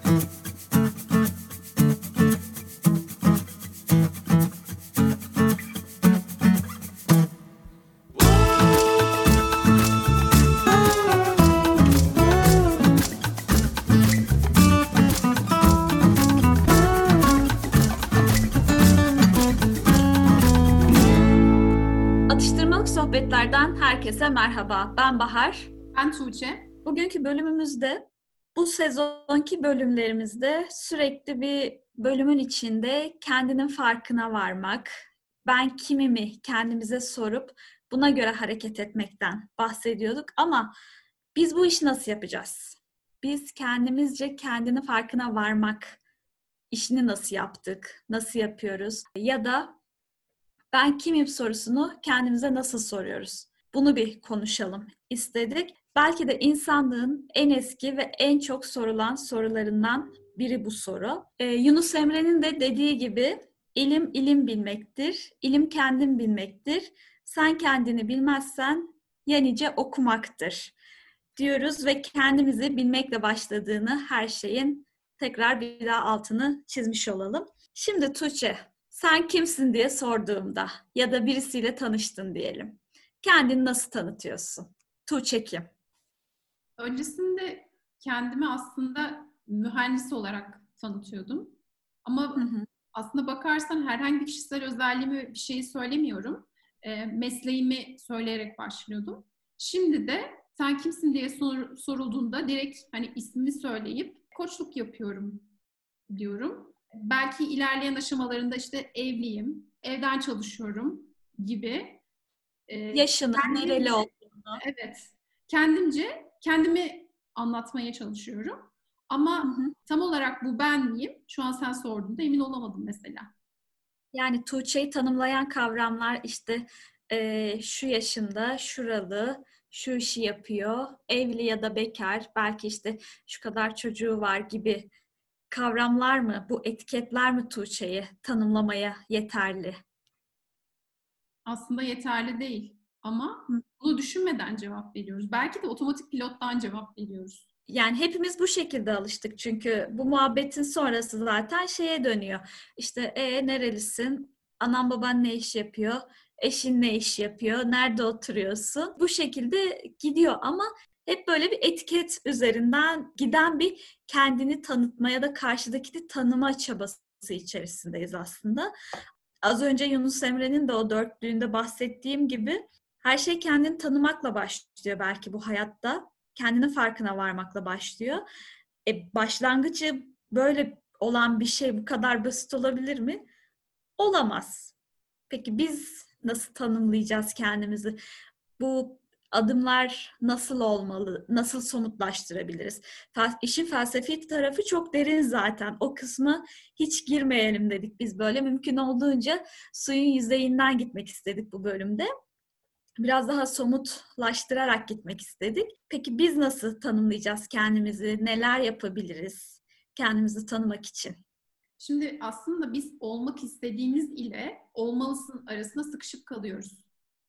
Atıştırmalık sohbetlerden herkese merhaba. Ben Bahar. Ben Tuğçe. Bugünkü bölümümüzde, bu sezonki bölümlerimizde sürekli bir bölümün içinde kendinin farkına varmak, ben kimimi kendimize sorup buna göre hareket etmekten bahsediyorduk. Ama biz bu işi nasıl yapacağız? Biz kendimizce kendinin farkına varmak işini nasıl yaptık, nasıl yapıyoruz? Ya da ben kimim sorusunu kendimize nasıl soruyoruz? Bunu bir konuşalım istedik. Belki de insanlığın en eski ve en çok sorulan sorularından biri bu soru. Yunus Emre'nin de dediği gibi ilim ilim bilmektir, ilim kendin bilmektir. Sen kendini bilmezsen ya nice okumaktır diyoruz ve kendimizi bilmekle başladığını her şeyin tekrar bir daha altını çizmiş olalım. Şimdi Tuğçe, sen kimsin diye sorduğumda ya da birisiyle tanıştın diyelim. Kendini nasıl tanıtıyorsun? Tuğçe kim? Öncesinde kendimi aslında mühendis olarak tanıtıyordum. Ama aslında bakarsan herhangi bir kişisel özelliğimi bir şeyi söylemiyorum. Mesleğimi söyleyerek başlıyordum. Şimdi de sen kimsin diye sorulduğunda direkt hani ismimi söyleyip koçluk yapıyorum diyorum. Belki ilerleyen aşamalarında işte evliyim, evden çalışıyorum gibi. Yaşını, nereli olduğunu. Evet. Kendimi anlatmaya çalışıyorum. Ama tam olarak bu ben miyim? Şu an sen sorduğunda emin olamadım mesela. Yani Tuğçe'yi tanımlayan kavramlar işte şu yaşında, şuralı, şu işi yapıyor, evli ya da bekar, belki işte şu kadar çocuğu var gibi kavramlar mı, bu etiketler mi Tuğçe'yi tanımlamaya yeterli? Aslında yeterli değil. Ama bunu düşünmeden cevap veriyoruz. Belki de otomatik pilottan cevap veriyoruz. Yani hepimiz bu şekilde alıştık çünkü bu muhabbetin sonrası zaten şeye dönüyor. İşte nerelisin? Anan baban ne iş yapıyor? Eşin ne iş yapıyor? Nerede oturuyorsun? Bu şekilde gidiyor ama hep böyle bir etiket üzerinden giden bir kendini tanıtma ya da karşıdakini tanıma çabası içerisindeyiz aslında. Az önce Yunus Emre'nin de o dörtlüğünde bahsettiğim gibi her şey kendini tanımakla başlıyor belki bu hayatta. Kendinin farkına varmakla başlıyor. Başlangıcı böyle olan bir şey bu kadar basit olabilir mi? Olamaz. Peki biz nasıl tanımlayacağız kendimizi? Bu adımlar nasıl olmalı? Nasıl somutlaştırabiliriz? İşin felsefi tarafı çok derin zaten. O kısmı hiç girmeyelim dedik biz böyle. Mümkün olduğunca suyun yüzeyinden gitmek istedik bu bölümde. Biraz daha somutlaştırarak gitmek istedik. Peki biz nasıl tanımlayacağız kendimizi? Neler yapabiliriz kendimizi tanımak için? Şimdi aslında biz olmak istediğimiz ile olmalısın arasında sıkışıp kalıyoruz.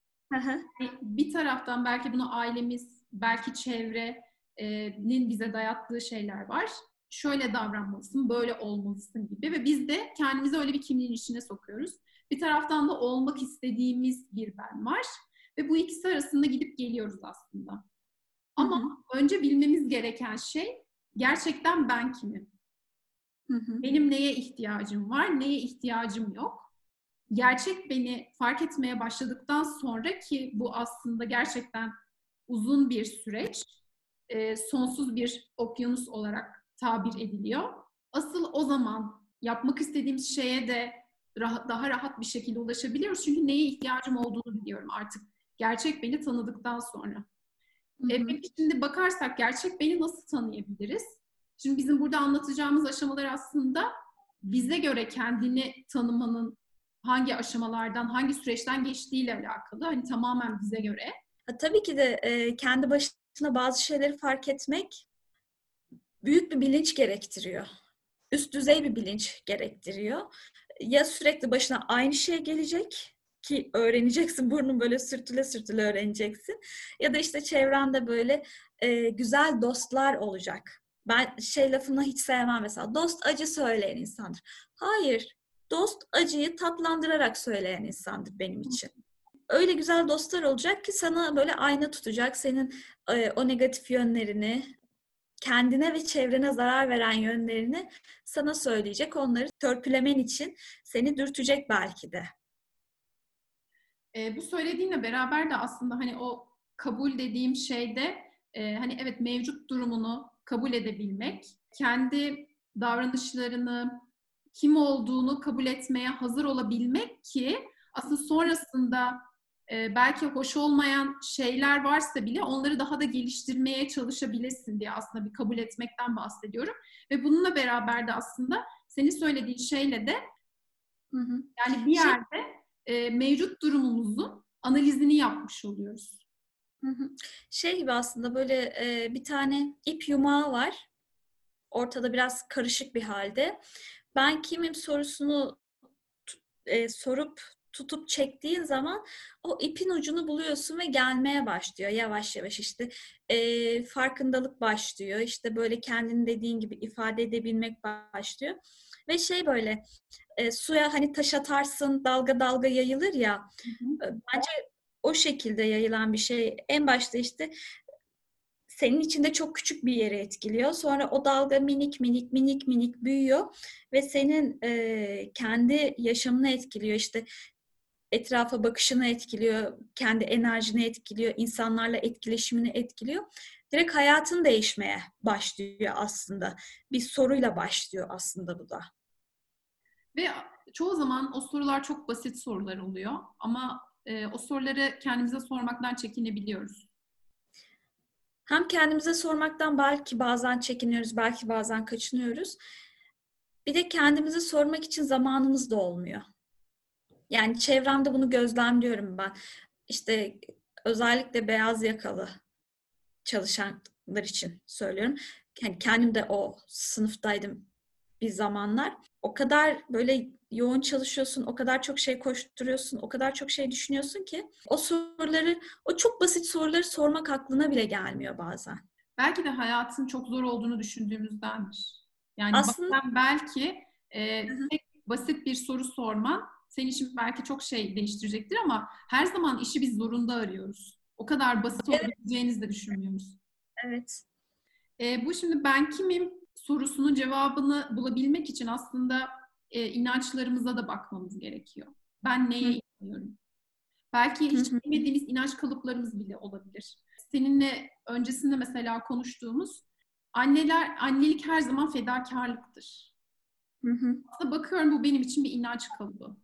Bir taraftan belki bunu ailemiz, belki çevrenin bize dayattığı şeyler var. Şöyle davranmalısın, böyle olmalısın gibi ve biz de kendimizi öyle bir kimliğin içine sokuyoruz. Bir taraftan da olmak istediğimiz bir ben var ve bu ikisi arasında gidip geliyoruz aslında. Ama önce bilmemiz gereken şey gerçekten ben kimim? Benim neye ihtiyacım var, neye ihtiyacım yok? Gerçek beni fark etmeye başladıktan sonra ki bu aslında gerçekten uzun bir süreç, sonsuz bir okyanus olarak tabir ediliyor. Asıl o zaman yapmak istediğimiz şeye de daha rahat bir şekilde ulaşabiliyoruz. Çünkü neye ihtiyacım olduğunu biliyorum artık gerçek beni tanıdıktan sonra. Peki şimdi bakarsak gerçek beni nasıl tanıyabiliriz? Şimdi bizim burada anlatacağımız aşamalar aslında bize göre kendini tanımanın hangi aşamalardan, hangi süreçten geçtiğiyle alakalı. Hani tamamen bize göre. Tabii ki de kendi başına bazı şeyleri fark etmek büyük bir bilinç gerektiriyor. Üst düzey bir bilinç gerektiriyor. Ya sürekli başına aynı şey gelecek ki öğreneceksin, burnun böyle sürtüle sürtüle öğreneceksin. Ya da işte çevrende böyle güzel dostlar olacak. Ben şey lafını hiç sevmem mesela. Dost acı söyleyen insandır. Hayır. Dost acıyı tatlandırarak söyleyen insandır benim için. Öyle güzel dostlar olacak ki sana böyle ayna tutacak. Senin o negatif yönlerini, kendine ve çevrene zarar veren yönlerini sana söyleyecek. Onları törpülemen için seni dürtecek belki de. Bu söylediğinle beraber de aslında hani o kabul dediğim şeyde hani evet mevcut durumunu kabul edebilmek, kendi davranışlarını, kim olduğunu kabul etmeye hazır olabilmek ki aslında sonrasında belki hoş olmayan şeyler varsa bile onları daha da geliştirmeye çalışabilesin diye aslında bir kabul etmekten bahsediyorum. Ve bununla beraber de aslında senin söylediğin şeyle de Hı hı. yani bir yerde mevcut durumumuzun analizini yapmış oluyoruz. Hı hı. Şey gibi aslında böyle bir tane ip yumağı var. Ortada biraz karışık bir halde. Ben kimim sorusunu sorup tutup çektiğin zaman o ipin ucunu buluyorsun ve gelmeye başlıyor yavaş yavaş işte farkındalık başlıyor işte böyle kendini dediğin gibi ifade edebilmek başlıyor ve şey böyle suya hani taş atarsın dalga dalga yayılır ya Hı hı. bence o şekilde yayılan bir şey en başta işte senin içinde çok küçük bir yeri etkiliyor. Sonra o dalga minik minik minik minik büyüyor ve senin kendi yaşamını etkiliyor. İşte etrafa bakışını etkiliyor, kendi enerjini etkiliyor, insanlarla etkileşimini etkiliyor. Direkt hayatın değişmeye başlıyor aslında. Bir soruyla başlıyor aslında bu da. Ve çoğu zaman o sorular çok basit sorular oluyor ama o soruları kendimize sormaktan çekinebiliyoruz. Hem kendimize sormaktan belki bazen çekiniyoruz, belki bazen kaçınıyoruz. Bir de kendimize sormak için zamanımız da olmuyor. Yani çevremde bunu gözlemliyorum ben. İşte özellikle beyaz yakalı çalışanlar için söylüyorum. Yani kendim de o sınıftaydım bir zamanlar. O kadar böyle yoğun çalışıyorsun, o kadar çok şey koşturuyorsun, o kadar çok şey düşünüyorsun ki o soruları, o çok basit soruları sormak aklına bile gelmiyor bazen. Belki de hayatın çok zor olduğunu düşündüğümüzdendir. Yani Aslında bazen belki tek basit bir soru sorman senin için belki çok şey değiştirecektir ama her zaman işi biz zorunda arıyoruz. O kadar basit evet, olabileceğinizi de düşünmüyoruz. evet. Bu şimdi ben kimim sorusunun cevabını bulabilmek için aslında inançlarımıza da bakmamız gerekiyor. Ben neye Hı inanıyorum? Belki hı hiç hı bilmediğimiz inanç kalıplarımız bile olabilir. Seninle öncesinde mesela konuştuğumuz annelik her zaman fedakarlıktır. hı hı Aslında bakıyorum bu benim için bir inanç kalıbı.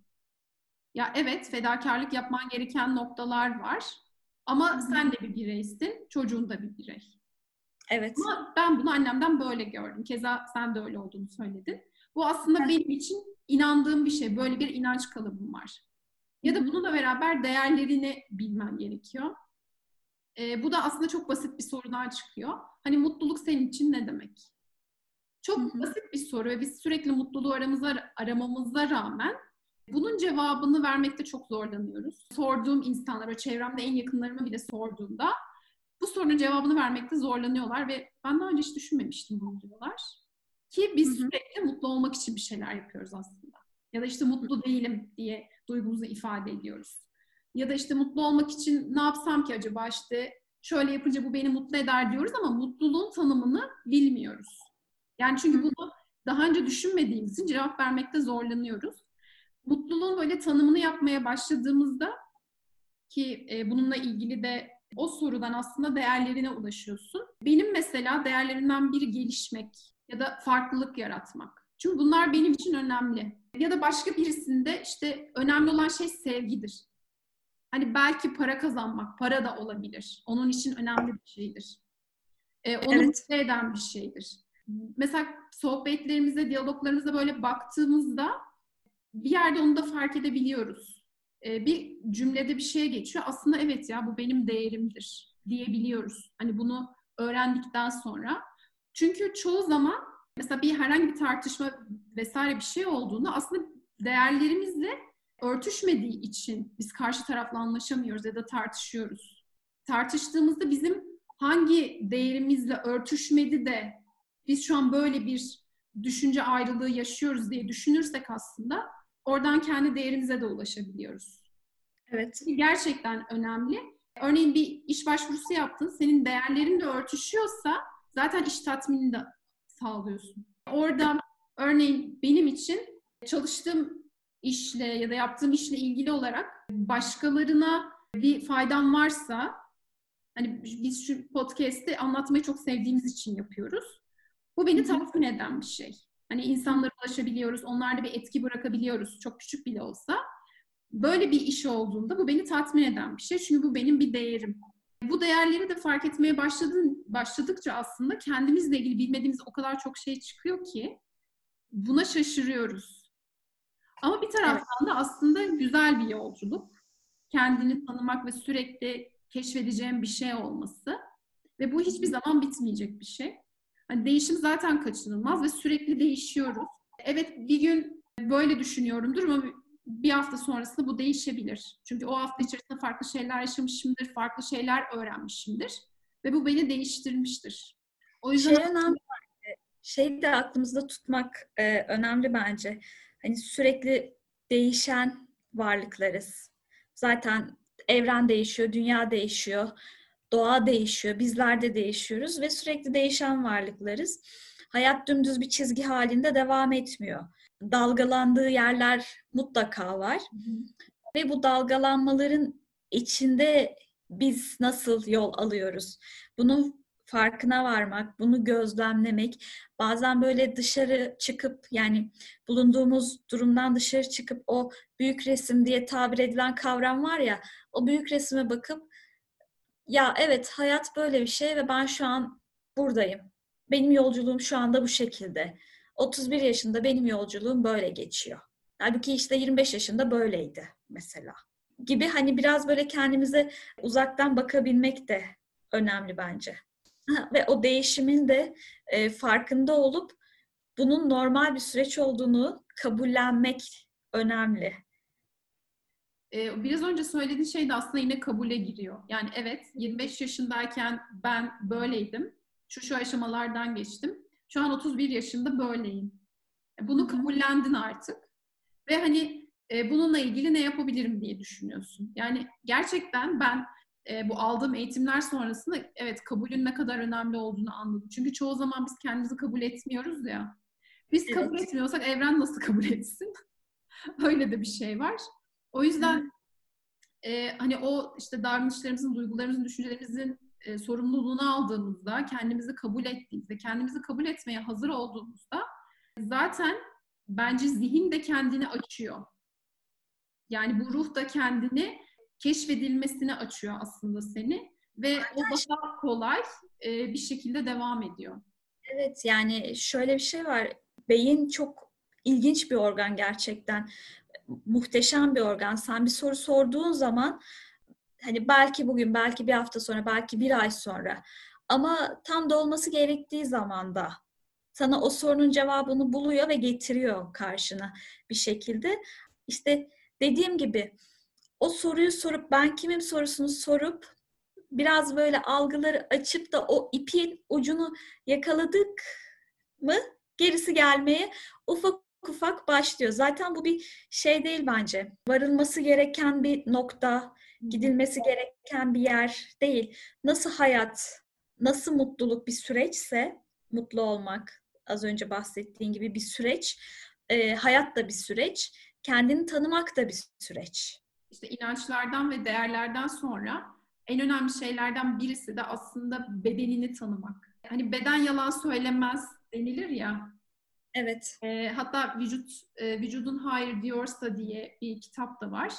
Ya evet fedakarlık yapman gereken noktalar var hı ama hı. sen de bir bireysin, çocuğun da bir birey. Evet. Ama ben bunu annemden böyle gördüm. Keza sen de öyle olduğunu söyledin. Bu aslında benim için inandığım bir şey. Böyle bir inanç kalıbım var. Hı Ya da hı bununla beraber değerlerini bilmem gerekiyor. Bu da aslında çok basit bir sorudan çıkıyor. Hani mutluluk senin için ne demek? hı Çok hı. basit bir soru ve biz sürekli mutluluğu aramamıza rağmen bunun cevabını vermekte çok zorlanıyoruz. Sorduğum insanlara, çevremde en yakınlarıma bile sorduğumda bu sorunun cevabını vermekte zorlanıyorlar ve ben daha önce hiç düşünmemiştim bunu diyorlar. Ki Hı biz hı. sürekli mutlu olmak için bir şeyler yapıyoruz aslında. Ya da işte mutlu değilim diye duygumuzu ifade ediyoruz. Ya da işte mutlu olmak için ne yapsam ki acaba işte şöyle yapınca bu beni mutlu eder diyoruz ama mutluluğun tanımını bilmiyoruz. Yani Hı çünkü hı. bunu daha önce düşünmediğimiz için cevap vermekte zorlanıyoruz. Mutluluğun böyle tanımını yapmaya başladığımızda ki bununla ilgili de o sorudan aslında değerlerine ulaşıyorsun. Benim mesela değerlerimden biri gelişmek ya da farklılık yaratmak. Çünkü bunlar benim için önemli. Ya da başka birisinde işte önemli olan şey sevgidir. Hani belki para kazanmak, para da olabilir. Onun için önemli bir şeydir. Onu Evet. mutlu eden bir şeydir. Mesela sohbetlerimize, diyaloglarımıza böyle baktığımızda bir yerde onu da fark edebiliyoruz. Bir cümlede bir şeye geçiyor. Aslında evet ya bu benim değerimdir diyebiliyoruz. Hani bunu öğrendikten sonra. Çünkü çoğu zaman mesela herhangi bir tartışma vesaire bir şey olduğunda aslında değerlerimizle örtüşmediği için biz karşı tarafla anlaşamıyoruz ya da tartışıyoruz. Tartıştığımızda bizim hangi değerimizle örtüşmedi de biz şu an böyle bir düşünce ayrılığı yaşıyoruz diye düşünürsek aslında oradan kendi değerimize de ulaşabiliyoruz. Evet. Gerçekten önemli. Örneğin bir iş başvurusu yaptın, senin değerlerin de örtüşüyorsa zaten iş tatminini de sağlıyorsun. Orada örneğin benim için çalıştığım işle ya da yaptığım işle ilgili olarak başkalarına bir faydam varsa, hani biz şu podcast'i anlatmayı çok sevdiğimiz için yapıyoruz. Bu beni tatmin eden bir şey. Hani insanlara ulaşabiliyoruz, onlarda bir etki bırakabiliyoruz, çok küçük bile olsa. Böyle bir iş olduğunda bu beni tatmin eden bir şey. Çünkü bu benim bir değerim. Bu değerleri de fark etmeye başladıkça aslında kendimizle ilgili bilmediğimiz o kadar çok şey çıkıyor ki buna şaşırıyoruz. Ama bir taraftan da aslında güzel bir yolculuk. Kendini tanımak ve sürekli keşfedeceğim bir şey olması. Ve bu hiçbir zaman bitmeyecek bir şey. Hani değişim zaten kaçınılmaz ve sürekli değişiyoruz. Evet, bir gün böyle düşünüyorumdur ama bir hafta sonrasında bu değişebilir. Çünkü o hafta içerisinde farklı şeyler yaşamışımdır, farklı şeyler öğrenmişimdir ve bu beni değiştirmiştir. O yüzden Önemli. Şeyi de aklımızda tutmak önemli bence. Hani sürekli değişen varlıklarız. Zaten evren değişiyor, dünya değişiyor, doğa değişiyor, bizler de değişiyoruz ve sürekli değişen varlıklarız. Hayat dümdüz bir çizgi halinde devam etmiyor. Dalgalandığı yerler mutlaka var. Ve bu dalgalanmaların içinde biz nasıl yol alıyoruz? Bunun farkına varmak, bunu gözlemlemek, bazen böyle dışarı çıkıp, yani bulunduğumuz durumdan dışarı çıkıp o büyük resim diye tabir edilen kavram var ya, o büyük resime bakıp ya evet, hayat böyle bir şey ve ben şu an buradayım. Benim yolculuğum şu anda bu şekilde. 31 yaşında benim yolculuğum böyle geçiyor. Halbuki işte 25 yaşında böyleydi mesela. Gibi, hani biraz böyle kendimize uzaktan bakabilmek de önemli bence. Ve o değişimin de farkında olup bunun normal bir süreç olduğunu kabullenmek önemli. Biraz önce söylediğin şey de aslında yine kabule giriyor. Yani evet, 25 yaşındayken ben böyleydim. Şu aşamalardan geçtim. Şu an 31 yaşında böyleyim. Bunu kabullendin artık. Ve hani bununla ilgili ne yapabilirim diye düşünüyorsun. Yani gerçekten ben bu aldığım eğitimler sonrasında evet, kabulün ne kadar önemli olduğunu anladım. Çünkü çoğu zaman biz kendimizi kabul etmiyoruz ya. Biz kabul etmiyorsak evren nasıl kabul etsin? Öyle de bir şey var. O yüzden hani o işte davranışlarımızın, duygularımızın, düşüncelerimizin sorumluluğunu aldığımızda, kendimizi kabul ettiğimizde, kendimizi kabul etmeye hazır olduğumuzda zaten bence zihin de kendini açıyor. Yani bu ruh da kendini keşfedilmesine açıyor aslında seni ve o daha kolay bir şekilde devam ediyor. Evet, yani şöyle bir şey var. Beyin çok ilginç bir organ gerçekten. Muhteşem bir organ. Sen bir soru sorduğun zaman, hani belki bugün, belki bir hafta sonra, belki bir ay sonra, ama tam da olması gerektiği zamanda sana o sorunun cevabını buluyor ve getiriyor karşına bir şekilde. İşte dediğim gibi o soruyu sorup, ben kimim sorusunu sorup biraz böyle algıları açıp da o ipin ucunu yakaladık mı gerisi gelmeye ufak ufak başlıyor. Zaten bu bir şey değil bence. Varılması gereken bir nokta, gidilmesi gereken bir yer değil. Nasıl hayat, nasıl mutluluk bir süreçse, mutlu olmak az önce bahsettiğin gibi bir süreç, hayat da bir süreç, kendini tanımak da bir süreç. İşte inançlardan ve değerlerden sonra en önemli şeylerden birisi de aslında bedenini tanımak. Hani beden yalan söylemez denilir ya. Evet. Hatta vücudun hayır diyorsa diye bir kitap da var.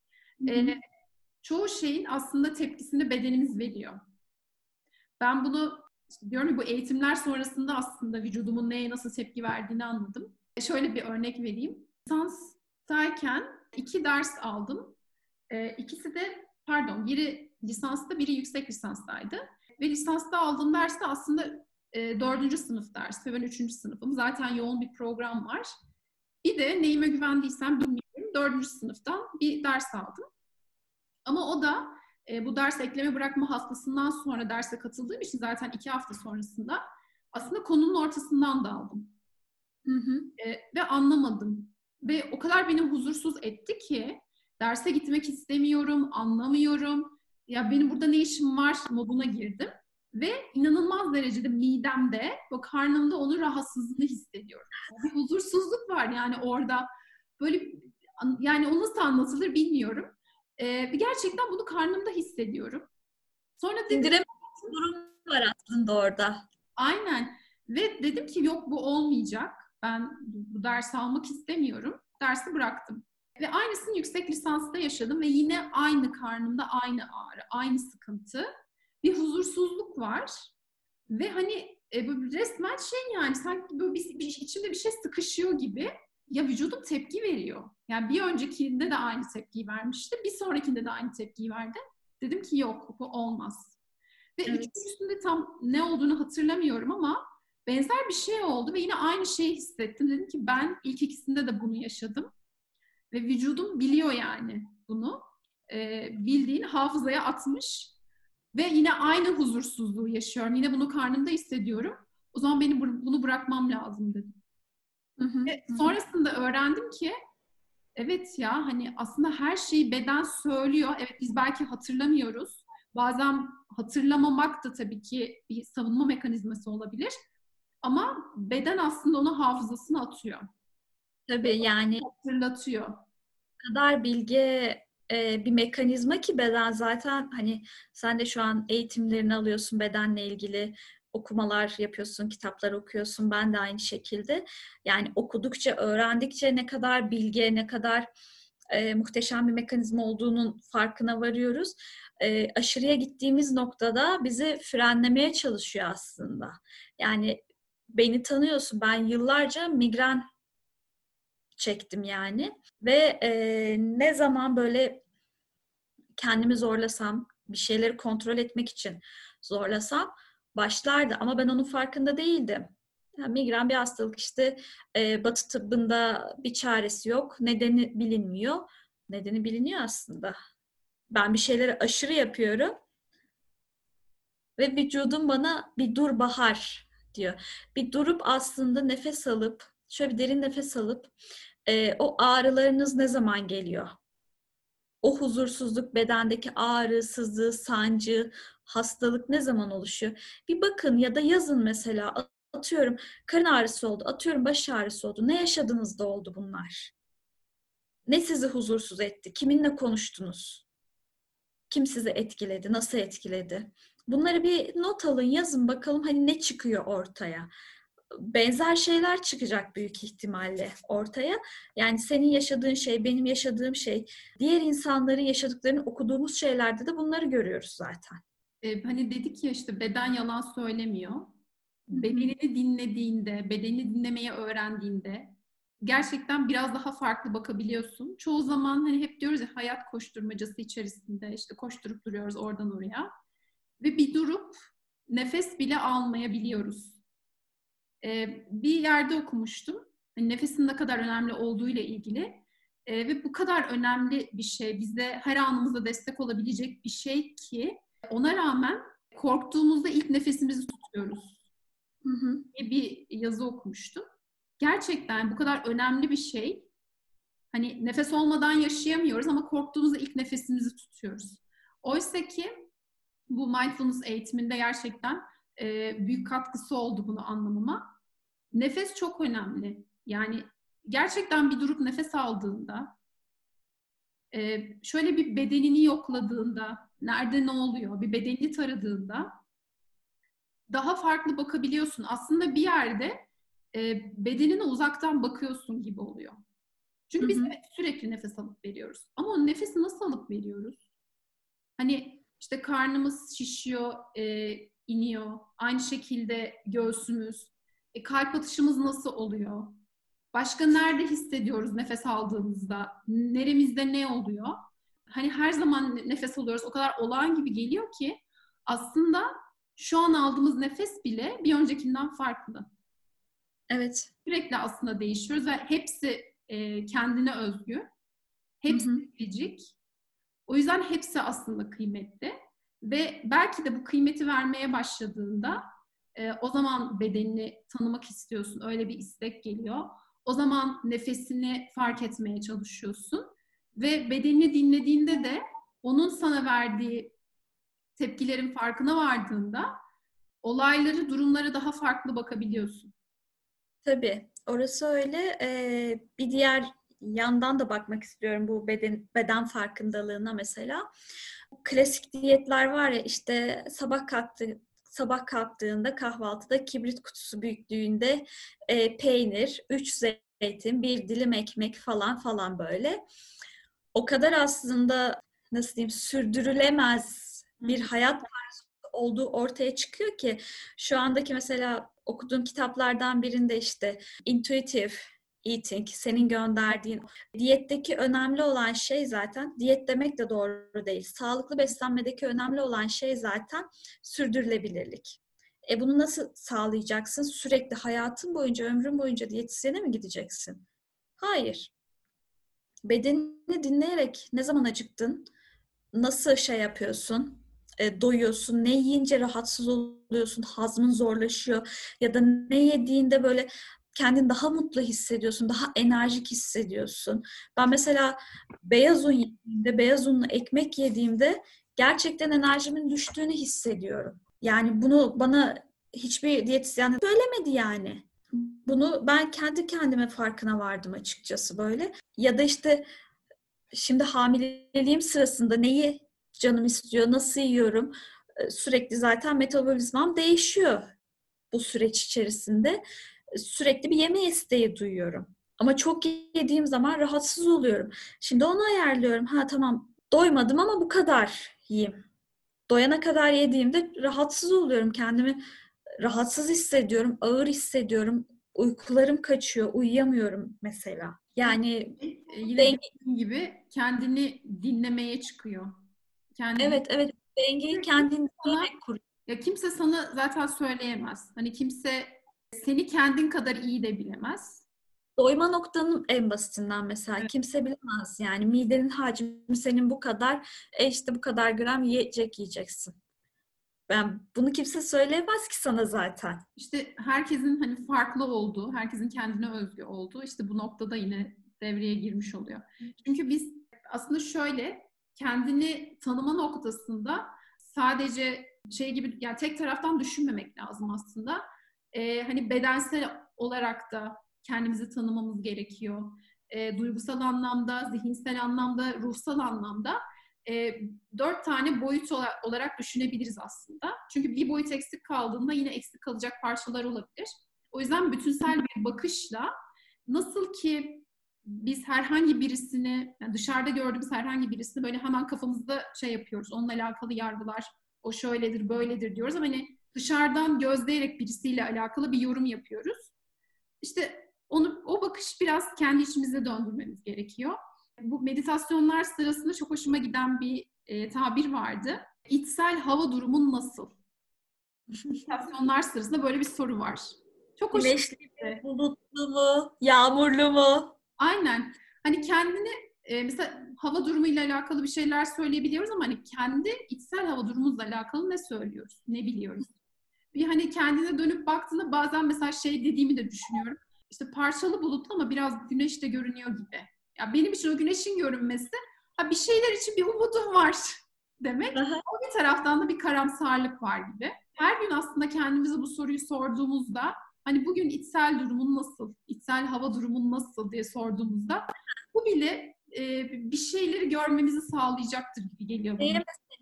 Çoğu şeyin aslında tepkisini bedenimiz veriyor. Ben bunu işte diyorum ya, bu eğitimler sonrasında aslında vücudumun neye nasıl tepki verdiğini anladım. Şöyle bir örnek vereyim. Lisanstayken 2 ders aldım. İkisi de, pardon, biri lisansta, biri yüksek lisanstaydı. Ve lisansta aldığım ders de aslında 4. sınıf dersi. Ben 3. sınıfım. Zaten yoğun bir program var. Bir de neyime güvendiysem bilmiyorum, 4. sınıftan bir ders aldım. Ama o da bu ders ekleme bırakma hastasından sonra derse katıldığım için zaten 2 hafta sonrasında aslında konunun ortasından daldım. Hı hı. Ve anlamadım. Ve o kadar beni huzursuz etti ki derse gitmek istemiyorum, anlamıyorum. Ya benim burada ne işim var moduna girdim. Ve inanılmaz derecede midemde, o karnımda onun rahatsızlığını hissediyorum. Bir huzursuzluk var yani orada. Böyle yani o nasıl anlatılır bilmiyorum. Gerçekten bunu karnımda hissediyorum. Sonra dedim Sindiremediğim durum var aslında orada. aynen. Ve dedim ki yok bu olmayacak. Ben bu dersi almak istemiyorum. Dersi bıraktım. Ve aynısını yüksek lisansta yaşadım ve yine aynı karnımda aynı ağrı, aynı sıkıntı. Bir huzursuzluk var. Ve hani resmen şey yani sanki böyle içimde bir şey sıkışıyor gibi. Ya vücudum tepki veriyor. Yani bir öncekinde de aynı tepkiyi vermişti. Bir sonrakinde de aynı tepkiyi verdi. Dedim ki yok bu olmaz. Ve Evet. üçüncüsünde tam ne olduğunu hatırlamıyorum ama benzer bir şey oldu ve yine aynı şeyi hissettim. Dedim ki ben ilk ikisinde de bunu yaşadım. Ve vücudum biliyor yani bunu. Bildiğin hafızaya atmış. Ve yine aynı huzursuzluğu yaşıyorum. Yine bunu karnımda hissediyorum. O zaman benim bunu bırakmam lazım dedim. Hı hı. Ve sonrasında öğrendim ki evet ya hani aslında her şeyi beden söylüyor. Evet biz belki hatırlamıyoruz. Bazen hatırlamamak da tabii ki bir savunma mekanizması olabilir. Ama beden aslında onu hafızasına atıyor. Tabii yani Hatırlatıyor. kadar bilge bir mekanizma ki beden zaten hani sen de şu an eğitimlerini alıyorsun bedenle ilgili okumalar yapıyorsun, kitaplar okuyorsun. Ben de aynı şekilde. Yani okudukça, öğrendikçe ne kadar bilge, ne kadar muhteşem bir mekanizma olduğunun farkına varıyoruz. Aşırıya gittiğimiz noktada bizi frenlemeye çalışıyor aslında. Yani beni tanıyorsun. Ben yıllarca migren çektim yani. Ve ne zaman böyle kendimi zorlasam, bir şeyleri kontrol etmek için zorlasam başlardı. Ama ben onun farkında değildim. Yani migren bir hastalık işte Batı tıbbında bir çaresi yok. Nedeni bilinmiyor. Nedeni biliniyor aslında. Ben bir şeyleri aşırı yapıyorum ve vücudum bana bir dur Bahar diyor. Bir durup aslında nefes alıp, şöyle bir derin nefes alıp o ağrılarınız ne zaman geliyor? O huzursuzluk, bedendeki ağrı, sızı, sancı, hastalık ne zaman oluşuyor? Bir bakın ya da yazın mesela. Atıyorum karın ağrısı oldu, atıyorum baş ağrısı oldu. Ne yaşadınız da oldu bunlar? Ne sizi huzursuz etti? Kiminle konuştunuz? Kim sizi etkiledi? Nasıl etkiledi? Bunları bir not alın, yazın bakalım hani ne çıkıyor ortaya. Benzer şeyler çıkacak büyük ihtimalle ortaya. Yani senin yaşadığın şey, benim yaşadığım şey, diğer insanların yaşadıklarını okuduğumuz şeylerde de bunları görüyoruz zaten. Hani dedik ya işte beden yalan söylemiyor. Hı hı. Bedenini dinlediğinde, bedenini dinlemeyi öğrendiğinde gerçekten biraz daha farklı bakabiliyorsun. Çoğu zaman hani hep diyoruz ya hayat koşturmacası içerisinde işte koşturup duruyoruz oradan oraya. Ve bir durup nefes bile almayabiliyoruz. Bir yerde okumuştum. Hani nefesin ne kadar önemli olduğu ile ilgili. Ve bu kadar önemli bir şey, bize her anımızda destek olabilecek bir şey ki ona rağmen korktuğumuzda ilk nefesimizi tutuyoruz Hı hı. diye bir yazı okumuştum. Gerçekten bu kadar önemli bir şey. Hani nefes olmadan yaşayamıyoruz ama korktuğumuzda ilk nefesimizi tutuyoruz. Oysa ki bu mindfulness eğitiminde gerçekten büyük katkısı oldu bunu anlamama. Nefes çok önemli. Yani gerçekten bir durup nefes aldığında, şöyle bir bedenini yokladığında, nerede ne oluyor, bir bedenini taradığında daha farklı bakabiliyorsun. Aslında bir yerde bedenine uzaktan bakıyorsun gibi oluyor. Çünkü biz evet, sürekli nefes alıp veriyoruz. Ama o nefesi nasıl alıp veriyoruz? Hani işte karnımız şişiyor, iniyor. Aynı şekilde göğsümüz. Kalp atışımız nasıl oluyor? Başka nerede hissediyoruz nefes aldığımızda? Neremizde ne oluyor? Hani her zaman nefes alıyoruz. O kadar olağan gibi geliyor ki aslında şu an aldığımız nefes bile bir öncekinden farklı. Evet. Sürekli aslında değişiyoruz ve hepsi kendine özgü. Hepsi biricik. O yüzden hepsi aslında kıymetli. Ve belki de bu kıymeti vermeye başladığında O zaman bedenini tanımak istiyorsun. Öyle bir istek geliyor. O zaman nefesini fark etmeye çalışıyorsun. Ve bedenini dinlediğinde de onun sana verdiği tepkilerin farkına vardığında olayları, durumlara daha farklı bakabiliyorsun. Tabii, orası öyle. Bir diğer yandan da bakmak istiyorum bu beden farkındalığına mesela. Klasik diyetler var ya, işte sabah kalktığında kahvaltıda kibrit kutusu büyüklüğünde peynir, 3 zeytin, bir dilim ekmek falan falan böyle. O kadar aslında nasıl diyeyim, sürdürülemez bir hayat olduğu ortaya çıkıyor ki şu andaki mesela okuduğum kitaplardan birinde işte intuitive eating, senin gönderdiğin diyetteki önemli olan şey, zaten diyet demek de doğru değil. Sağlıklı beslenmedeki önemli olan şey zaten sürdürülebilirlik. Bunu nasıl sağlayacaksın? Sürekli hayatın boyunca, ömrün boyunca diyetisyene mi gideceksin? Hayır. Bedenini dinleyerek ne zaman acıktın? Nasıl şey yapıyorsun? Doyuyorsun? Ne yiyince rahatsız oluyorsun? Hazmın zorlaşıyor? Ya da ne yediğinde böyle kendini daha mutlu hissediyorsun? Daha enerjik hissediyorsun? Ben mesela beyaz un yediğimde, beyaz unlu ekmek yediğimde gerçekten enerjimin düştüğünü hissediyorum. Yani bunu bana hiçbir diyetisyen söylemedi yani. Bunu ben kendi kendime farkına vardım açıkçası böyle. Ya da işte şimdi hamileliğim sırasında neyi canım istiyor, nasıl yiyorum? Sürekli zaten metabolizmam değişiyor bu süreç içerisinde. Sürekli bir yeme isteği duyuyorum. Ama çok yediğim zaman rahatsız oluyorum. Şimdi onu ayarlıyorum. Ha tamam, doymadım ama bu kadar yiyeyim. Doyana kadar yediğimde rahatsız oluyorum. Kendimi rahatsız hissediyorum, ağır hissediyorum. Uykularım kaçıyor, uyuyamıyorum mesela. Yani Yine denge. dediğim gibi kendini dinlemeye çıkıyor. Kendi Evet, evet. Dengeyi kendin sana, dinleyerek kur. ya kimse sana zaten söyleyemez. Hani kimse seni kendin kadar iyi de bilemez. Doyma noktanın en basitinden mesela. Evet. Kimse bilemez yani. Midenin hacmi senin bu kadar. İşte bu kadar gram yiyeceksin. Bunu kimse söyleyemez ki sana zaten. İşte herkesin hani farklı olduğu, herkesin kendine özgü olduğu işte bu noktada yine devreye girmiş oluyor. Çünkü biz aslında şöyle kendini tanıma noktasında sadece şey gibi, yani tek taraftan düşünmemek lazım aslında. Hani bedensel olarak da kendimizi tanımamız gerekiyor. Duygusal anlamda, zihinsel anlamda, ruhsal anlamda e, 4 tane boyut olarak düşünebiliriz aslında. Çünkü bir boyut eksik kaldığında yine eksik kalacak parçalar olabilir. O yüzden bütünsel bir bakışla nasıl ki biz herhangi birisini, yani dışarıda gördüğümüz herhangi birisini böyle hemen kafamızda şey yapıyoruz. Onunla alakalı yargılar, o şöyledir, böyledir diyoruz ama hani dışarıdan gözleyerek birisiyle alakalı bir yorum yapıyoruz. İşte o bakış biraz kendi içimize döndürmemiz gerekiyor. Bu meditasyonlar sırasında çok hoşuma giden bir tabir vardı. İçsel hava durumun nasıl? Meditasyonlar sırasında böyle bir soru var. Çok hoşuma Güneşli mi, gitti. bulutlu mu, yağmurlu mu? Aynen. Hani kendini mesela hava durumuyla alakalı bir şeyler söyleyebiliyoruz ama hani kendi içsel hava durumumuzla alakalı ne söylüyoruz, ne biliyoruz? Bir hani kendine dönüp baktığında bazen mesela şey dediğimi de düşünüyorum. İşte parçalı bulutlu ama biraz güneş de görünüyor gibi. Ya benim için o güneşin görünmesi ha bir şeyler için bir umudum var demek. Aha. Ama bir taraftan da bir karamsarlık var gibi. Her gün aslında kendimize bu soruyu sorduğumuzda hani bugün içsel durumun nasıl, içsel hava durumun nasıl diye sorduğumuzda bu bile bir şeyleri görmemizi sağlayacaktır gibi geliyor bana.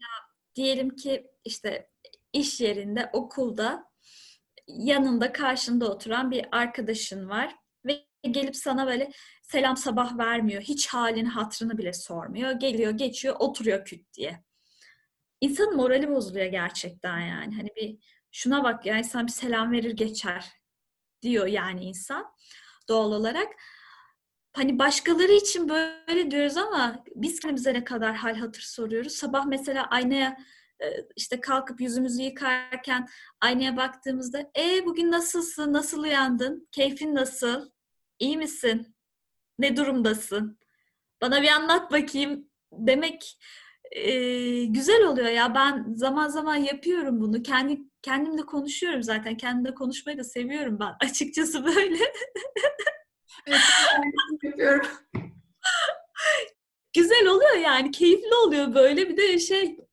Diyelim ki işte iş yerinde, okulda yanında, karşında oturan bir arkadaşın var ve gelip sana böyle selam sabah vermiyor. Hiç halini hatırını bile sormuyor. Geliyor, geçiyor, oturuyor küt diye. İnsanın morali bozuluyor gerçekten yani. Hani bir şuna bak ya, insan bir selam verir geçer diyor yani insan doğal olarak. Hani başkaları için böyle diyoruz ama biz kendimize ne kadar hal hatır soruyoruz. Sabah mesela aynaya işte kalkıp yüzümüzü yıkarken aynaya baktığımızda bugün nasılsın? Nasıl uyandın? Keyfin nasıl? İyi misin? Ne durumdasın? Bana bir anlat bakayım demek Güzel oluyor ya. Ben zaman zaman yapıyorum bunu. Kendimle konuşuyorum zaten. Kendimle konuşmayı da seviyorum ben. Açıkçası böyle. Evet, ben yapıyorum. Güzel oluyor yani. Keyifli oluyor böyle. Bir de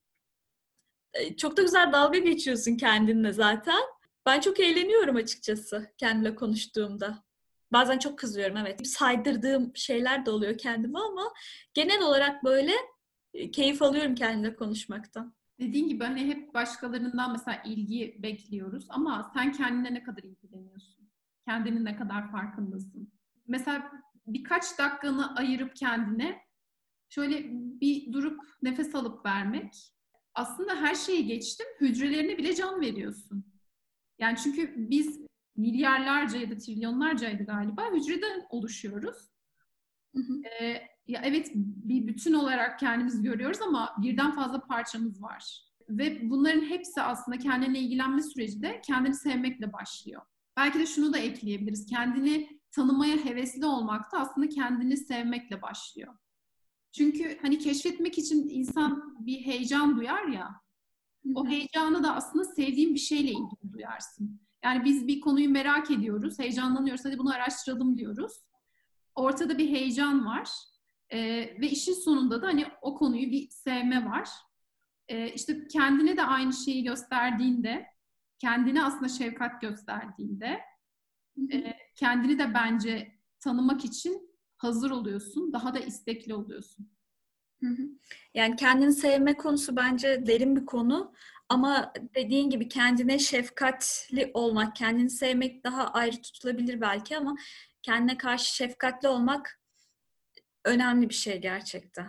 çok da güzel dalga geçiyorsun kendinle zaten. Ben çok eğleniyorum açıkçası kendimle konuştuğumda. Bazen çok kızıyorum, evet. Saydırdığım şeyler de oluyor kendime ama genel olarak böyle keyif alıyorum kendimle konuşmaktan. Dediğin gibi hani hep başkalarından mesela ilgi bekliyoruz ama sen kendine ne kadar ilgileniyorsun? Kendinin ne kadar farkındasın? Mesela birkaç dakikanı ayırıp kendine şöyle bir durup nefes alıp vermek. Aslında her şeyi geçtim, hücrelerine bile can veriyorsun. Yani çünkü biz milyarlarca ya da trilyonlarcaydı galiba hücreden oluşuyoruz. Hı hı. Ya evet bir bütün olarak kendimizi görüyoruz ama birden fazla parçamız var. Ve bunların hepsi aslında kendine ilgilenme süreci de kendini sevmekle başlıyor. Belki de şunu da ekleyebiliriz. Kendini tanımaya hevesli olmak da aslında kendini sevmekle başlıyor. Çünkü hani keşfetmek için insan bir heyecan duyar ya. O heyecanı da aslında sevdiğin bir şeyle ilgili duyarsın. Yani biz bir konuyu merak ediyoruz, heyecanlanıyoruz, hadi bunu araştıralım diyoruz. Ortada bir heyecan var. Ve işin sonunda da hani o konuyu bir sevme var. İşte kendine de aynı şeyi gösterdiğinde, kendine aslında şefkat gösterdiğinde, kendini de bence tanımak için hazır oluyorsun, daha da istekli oluyorsun. Hı hı. Yani kendini sevme konusu bence derin bir konu. Ama dediğin gibi kendine şefkatli olmak, kendini sevmek daha ayrı tutulabilir belki ama kendine karşı şefkatli olmak önemli bir şey gerçekten.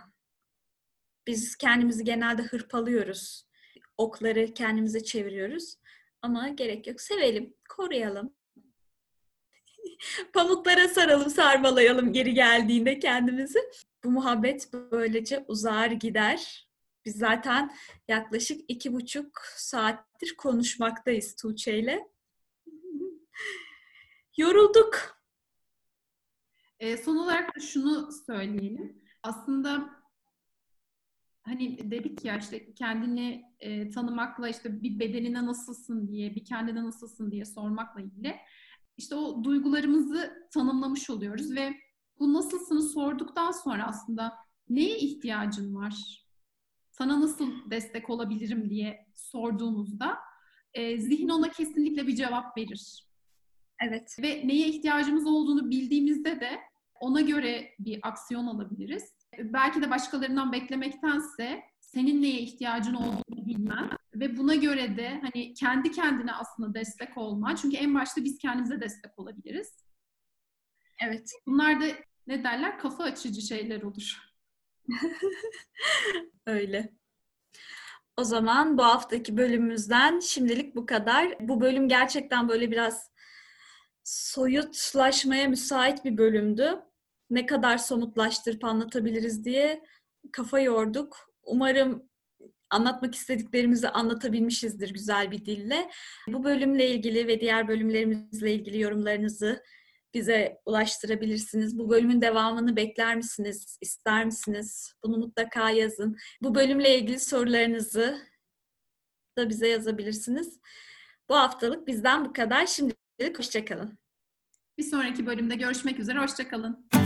Biz kendimizi genelde hırpalıyoruz. Okları kendimize çeviriyoruz. Ama gerek yok. Sevelim, koruyalım. Pamuklara saralım, sarmalayalım geri geldiğinde kendimizi. Bu muhabbet böylece uzar gider. Biz zaten yaklaşık 2,5 saattir konuşmaktayız Tuğçe ile. Yorulduk. Son olarak da şunu söyleyelim. Aslında hani dedik ya işte kendini tanımakla işte bir bedenine nasılsın diye, bir kendine nasılsın diye sormakla ilgili. İşte o duygularımızı tanımlamış oluyoruz ve bu nasılsını sorduktan sonra aslında neye ihtiyacın var? Sana nasıl destek olabilirim diye sorduğumuzda zihin ona kesinlikle bir cevap verir. Evet. Ve neye ihtiyacımız olduğunu bildiğimizde de ona göre bir aksiyon alabiliriz. Belki de başkalarından beklemektense senin neye ihtiyacın olduğunu bilmen ve buna göre de hani kendi kendine aslında destek olman. Çünkü en başta biz kendimize destek olabiliriz. Evet. Bunlar da ne derler? Kafa açıcı şeyler olur. Öyle. O zaman bu haftaki bölümümüzden şimdilik bu kadar. Bu bölüm gerçekten böyle biraz soyutlaşmaya müsait bir bölümdü. Ne kadar somutlaştırıp anlatabiliriz diye kafa yorduk. Umarım anlatmak istediklerimizi anlatabilmişizdir güzel bir dille. Bu bölümle ilgili ve diğer bölümlerimizle ilgili yorumlarınızı bize ulaştırabilirsiniz. Bu bölümün devamını bekler misiniz, ister misiniz? Bunu mutlaka yazın. Bu bölümle ilgili sorularınızı da bize yazabilirsiniz. Bu haftalık bizden bu kadar. Şimdilik hoşça kalın. Bir sonraki bölümde görüşmek üzere. Hoşça kalın.